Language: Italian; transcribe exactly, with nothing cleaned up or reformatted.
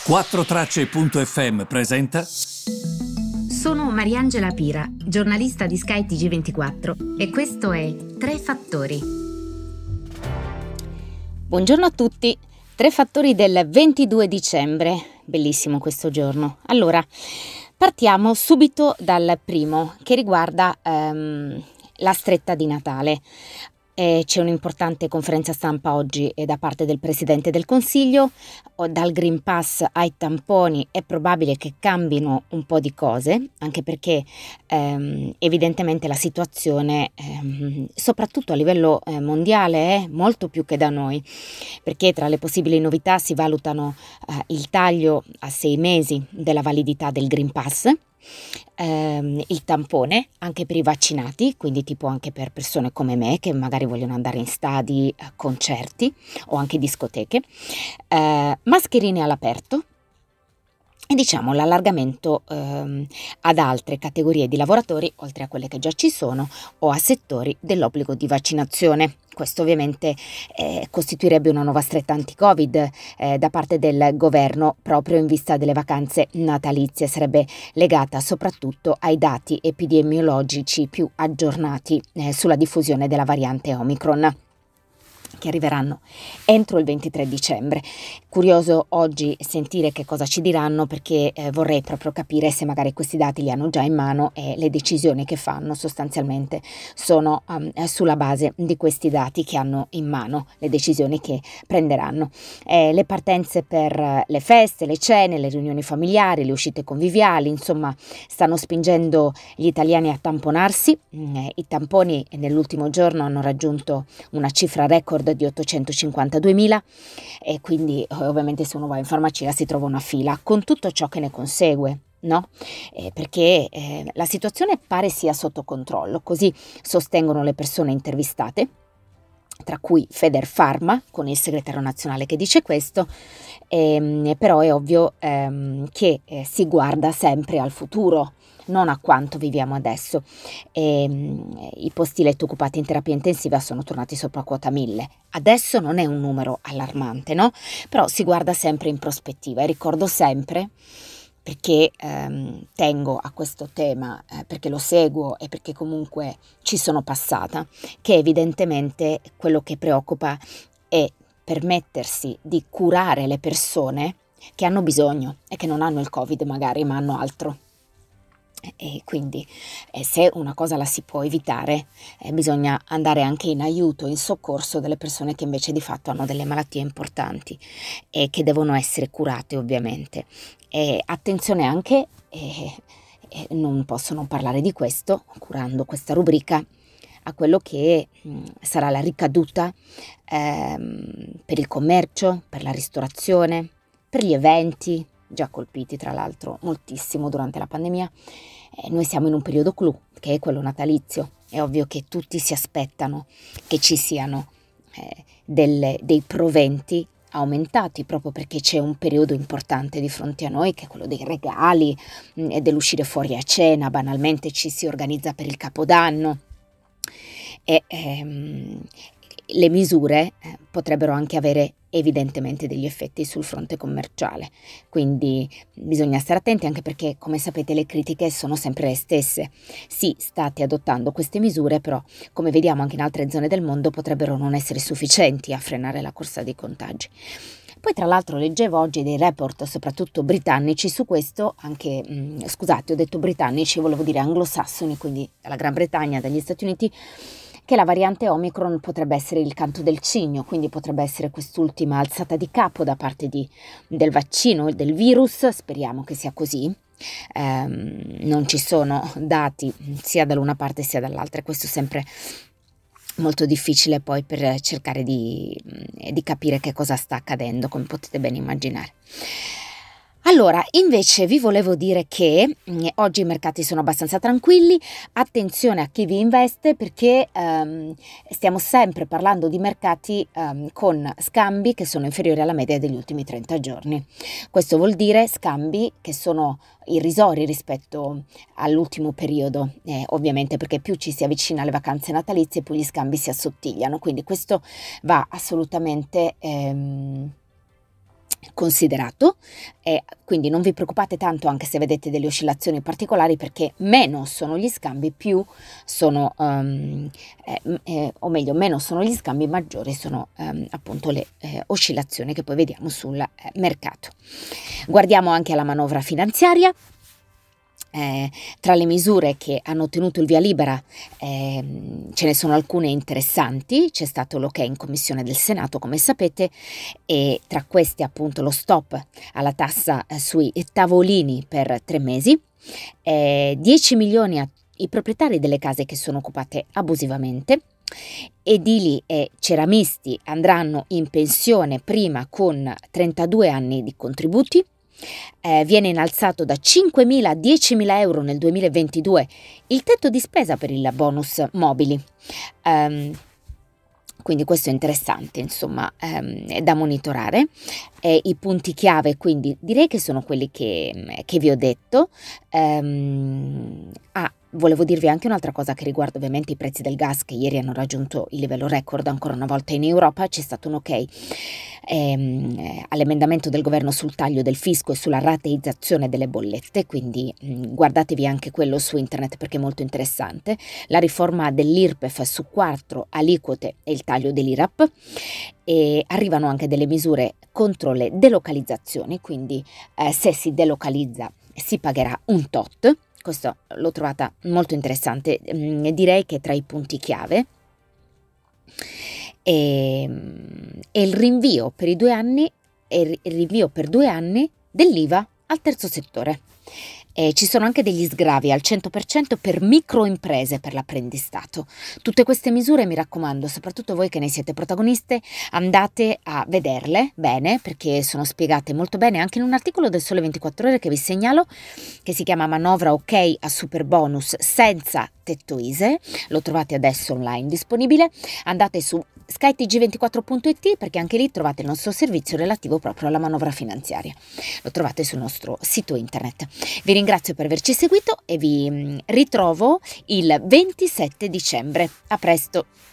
quattro tracce punto effe emme presenta. Sono Mariangela Pira, giornalista di Sky T G ventiquattro e questo è Tre Fattori. Buongiorno a tutti. Tre fattori del ventidue dicembre. Bellissimo questo giorno. Allora, partiamo subito dal primo, che riguarda ehm, la stretta di Natale. Eh, c'è un'importante conferenza stampa oggi eh, da parte del Presidente del Consiglio. O dal Green Pass ai tamponi è probabile che cambino un po' di cose, anche perché ehm, evidentemente la situazione, ehm, soprattutto a livello eh, mondiale, è molto più che da noi, perché tra le possibili novità si valutano eh, il taglio a sei mesi della validità del Green Pass, ehm, il tampone anche per i vaccinati, quindi tipo anche per persone come me che magari vogliono andare in stadi, eh, concerti o anche discoteche, eh, mascherine all'aperto e diciamo l'allargamento ehm, ad altre categorie di lavoratori, oltre a quelle che già ci sono, o a settori dell'obbligo di vaccinazione. Questo ovviamente eh, costituirebbe una nuova stretta anti-Covid eh, da parte del governo proprio in vista delle vacanze natalizie. Sarebbe legata soprattutto ai dati epidemiologici più aggiornati eh, sulla diffusione della variante Omicron, che arriveranno entro il ventitré dicembre. Curioso oggi sentire che cosa ci diranno, perché eh, vorrei proprio capire se magari questi dati li hanno già in mano e le decisioni che fanno sostanzialmente sono um, sulla base di questi dati che hanno in mano, le decisioni che prenderanno. Eh, le partenze per eh, le feste, le cene, le riunioni familiari, le uscite conviviali, insomma, stanno spingendo gli italiani a tamponarsi. Mm, eh, I tamponi nell'ultimo giorno hanno raggiunto una cifra record di ottocentocinquantaduemila e quindi ovviamente se uno va in farmacia si trova una fila con tutto ciò che ne consegue, no? Eh, perché eh, la situazione pare sia sotto controllo, così sostengono le persone intervistate, tra cui Federpharma, con il segretario nazionale che dice questo, ehm, però è ovvio ehm, che eh, si guarda sempre al futuro, non a quanto viviamo adesso. E, mh, i posti letto occupati in terapia intensiva sono tornati sopra quota mille. Adesso non è un numero allarmante, no? Però si guarda sempre in prospettiva e ricordo sempre, perché ehm, tengo a questo tema, eh, perché lo seguo e perché comunque ci sono passata, che evidentemente quello che preoccupa è permettersi di curare le persone che hanno bisogno e che non hanno il Covid magari, ma hanno altro. E quindi eh, se una cosa la si può evitare, eh, bisogna andare anche in aiuto, in soccorso delle persone che invece di fatto hanno delle malattie importanti e che devono essere curate ovviamente. E attenzione anche, eh, eh, non posso non parlare di questo, curando questa rubrica, a quello che mh, sarà la ricaduta ehm, per il commercio, per la ristorazione, per gli eventi, già colpiti tra l'altro moltissimo durante la pandemia. Eh, noi siamo in un periodo clou, che è quello natalizio. È ovvio che tutti si aspettano che ci siano eh, delle, dei proventi aumentati, proprio perché c'è un periodo importante di fronte a noi, che è quello dei regali mh, e dell'uscire fuori a cena. Banalmente ci si organizza per il Capodanno e ehm, le misure eh, potrebbero anche avere evidentemente degli effetti sul fronte commerciale, quindi bisogna stare attenti, anche perché, come sapete, le critiche sono sempre le stesse. Sì, state adottando queste misure, però come vediamo anche in altre zone del mondo potrebbero non essere sufficienti a frenare la corsa dei contagi. Poi tra l'altro leggevo oggi dei report, soprattutto britannici, su questo, anche, mh, scusate, ho detto britannici, volevo dire anglosassoni, quindi dalla Gran Bretagna, dagli Stati Uniti, che la variante Omicron potrebbe essere il canto del cigno, quindi potrebbe essere quest'ultima alzata di capo da parte di, del vaccino, del virus. Speriamo che sia così. Ehm, non ci sono dati sia dall'una parte sia dall'altra, e questo è sempre molto difficile poi per cercare di, di capire che cosa sta accadendo, come potete ben immaginare. Allora, invece vi volevo dire che mh, oggi i mercati sono abbastanza tranquilli. Attenzione a chi vi investe, perché ehm, stiamo sempre parlando di mercati ehm, con scambi che sono inferiori alla media degli ultimi trenta giorni. Questo vuol dire scambi che sono irrisori rispetto all'ultimo periodo, eh, ovviamente perché più ci si avvicina alle vacanze natalizie più gli scambi si assottigliano, quindi questo va assolutamente ehm, considerato, e quindi non vi preoccupate tanto anche se vedete delle oscillazioni particolari, perché meno sono gli scambi più sono um, eh, eh, o meglio meno sono gli scambi, maggiori sono um, appunto le eh, oscillazioni che poi vediamo sul eh, mercato. Guardiamo anche alla manovra finanziaria. Eh, tra le misure che hanno ottenuto il via libera eh, ce ne sono alcune interessanti. C'è stato l'ok in commissione del Senato, come sapete, e tra questi appunto lo stop alla tassa eh, sui tavolini per tre mesi, eh, dieci milioni ai proprietari delle case che sono occupate abusivamente. Edili e ceramisti andranno in pensione prima con trentadue anni di contributi. Eh, viene innalzato da cinquemila a diecimila euro nel duemilaventidue il tetto di spesa per il bonus mobili. Um, quindi questo è interessante, insomma, um, è da monitorare. Eh, I punti chiave quindi direi che sono quelli che, che vi ho detto. Um, ah, Volevo dirvi anche un'altra cosa che riguarda ovviamente i prezzi del gas, che ieri hanno raggiunto il livello record ancora una volta in Europa. C'è stato un ok ehm, all'emendamento del governo sul taglio del fisco e sulla rateizzazione delle bollette, quindi mh, guardatevi anche quello su internet perché è molto interessante. La riforma dell'I R P E F su quattro aliquote e il taglio dell'I R A P, e arrivano anche delle misure contro le delocalizzazioni, quindi eh, se si delocalizza si pagherà un tot. Questo l'ho trovata molto interessante, mm, direi che tra i punti chiave. E, e il rinvio per i due anni, e il rinvio per due anni dell'I V A al terzo settore. E ci sono anche degli sgravi al cento per cento per microimprese per l'apprendistato. Tutte queste misure, mi raccomando, soprattutto voi che ne siete protagoniste, andate a vederle bene perché sono spiegate molto bene anche in un articolo del Sole ventiquattro Ore che vi segnalo, che si chiama Manovra ok a super bonus senza tetto I S E E. Lo trovate adesso online disponibile. Andate su sky t g ventiquattro punto i t perché anche lì trovate il nostro servizio relativo proprio alla manovra finanziaria. Lo trovate sul nostro sito internet. Vi ringrazio per averci seguito e vi ritrovo il ventisette dicembre. A presto!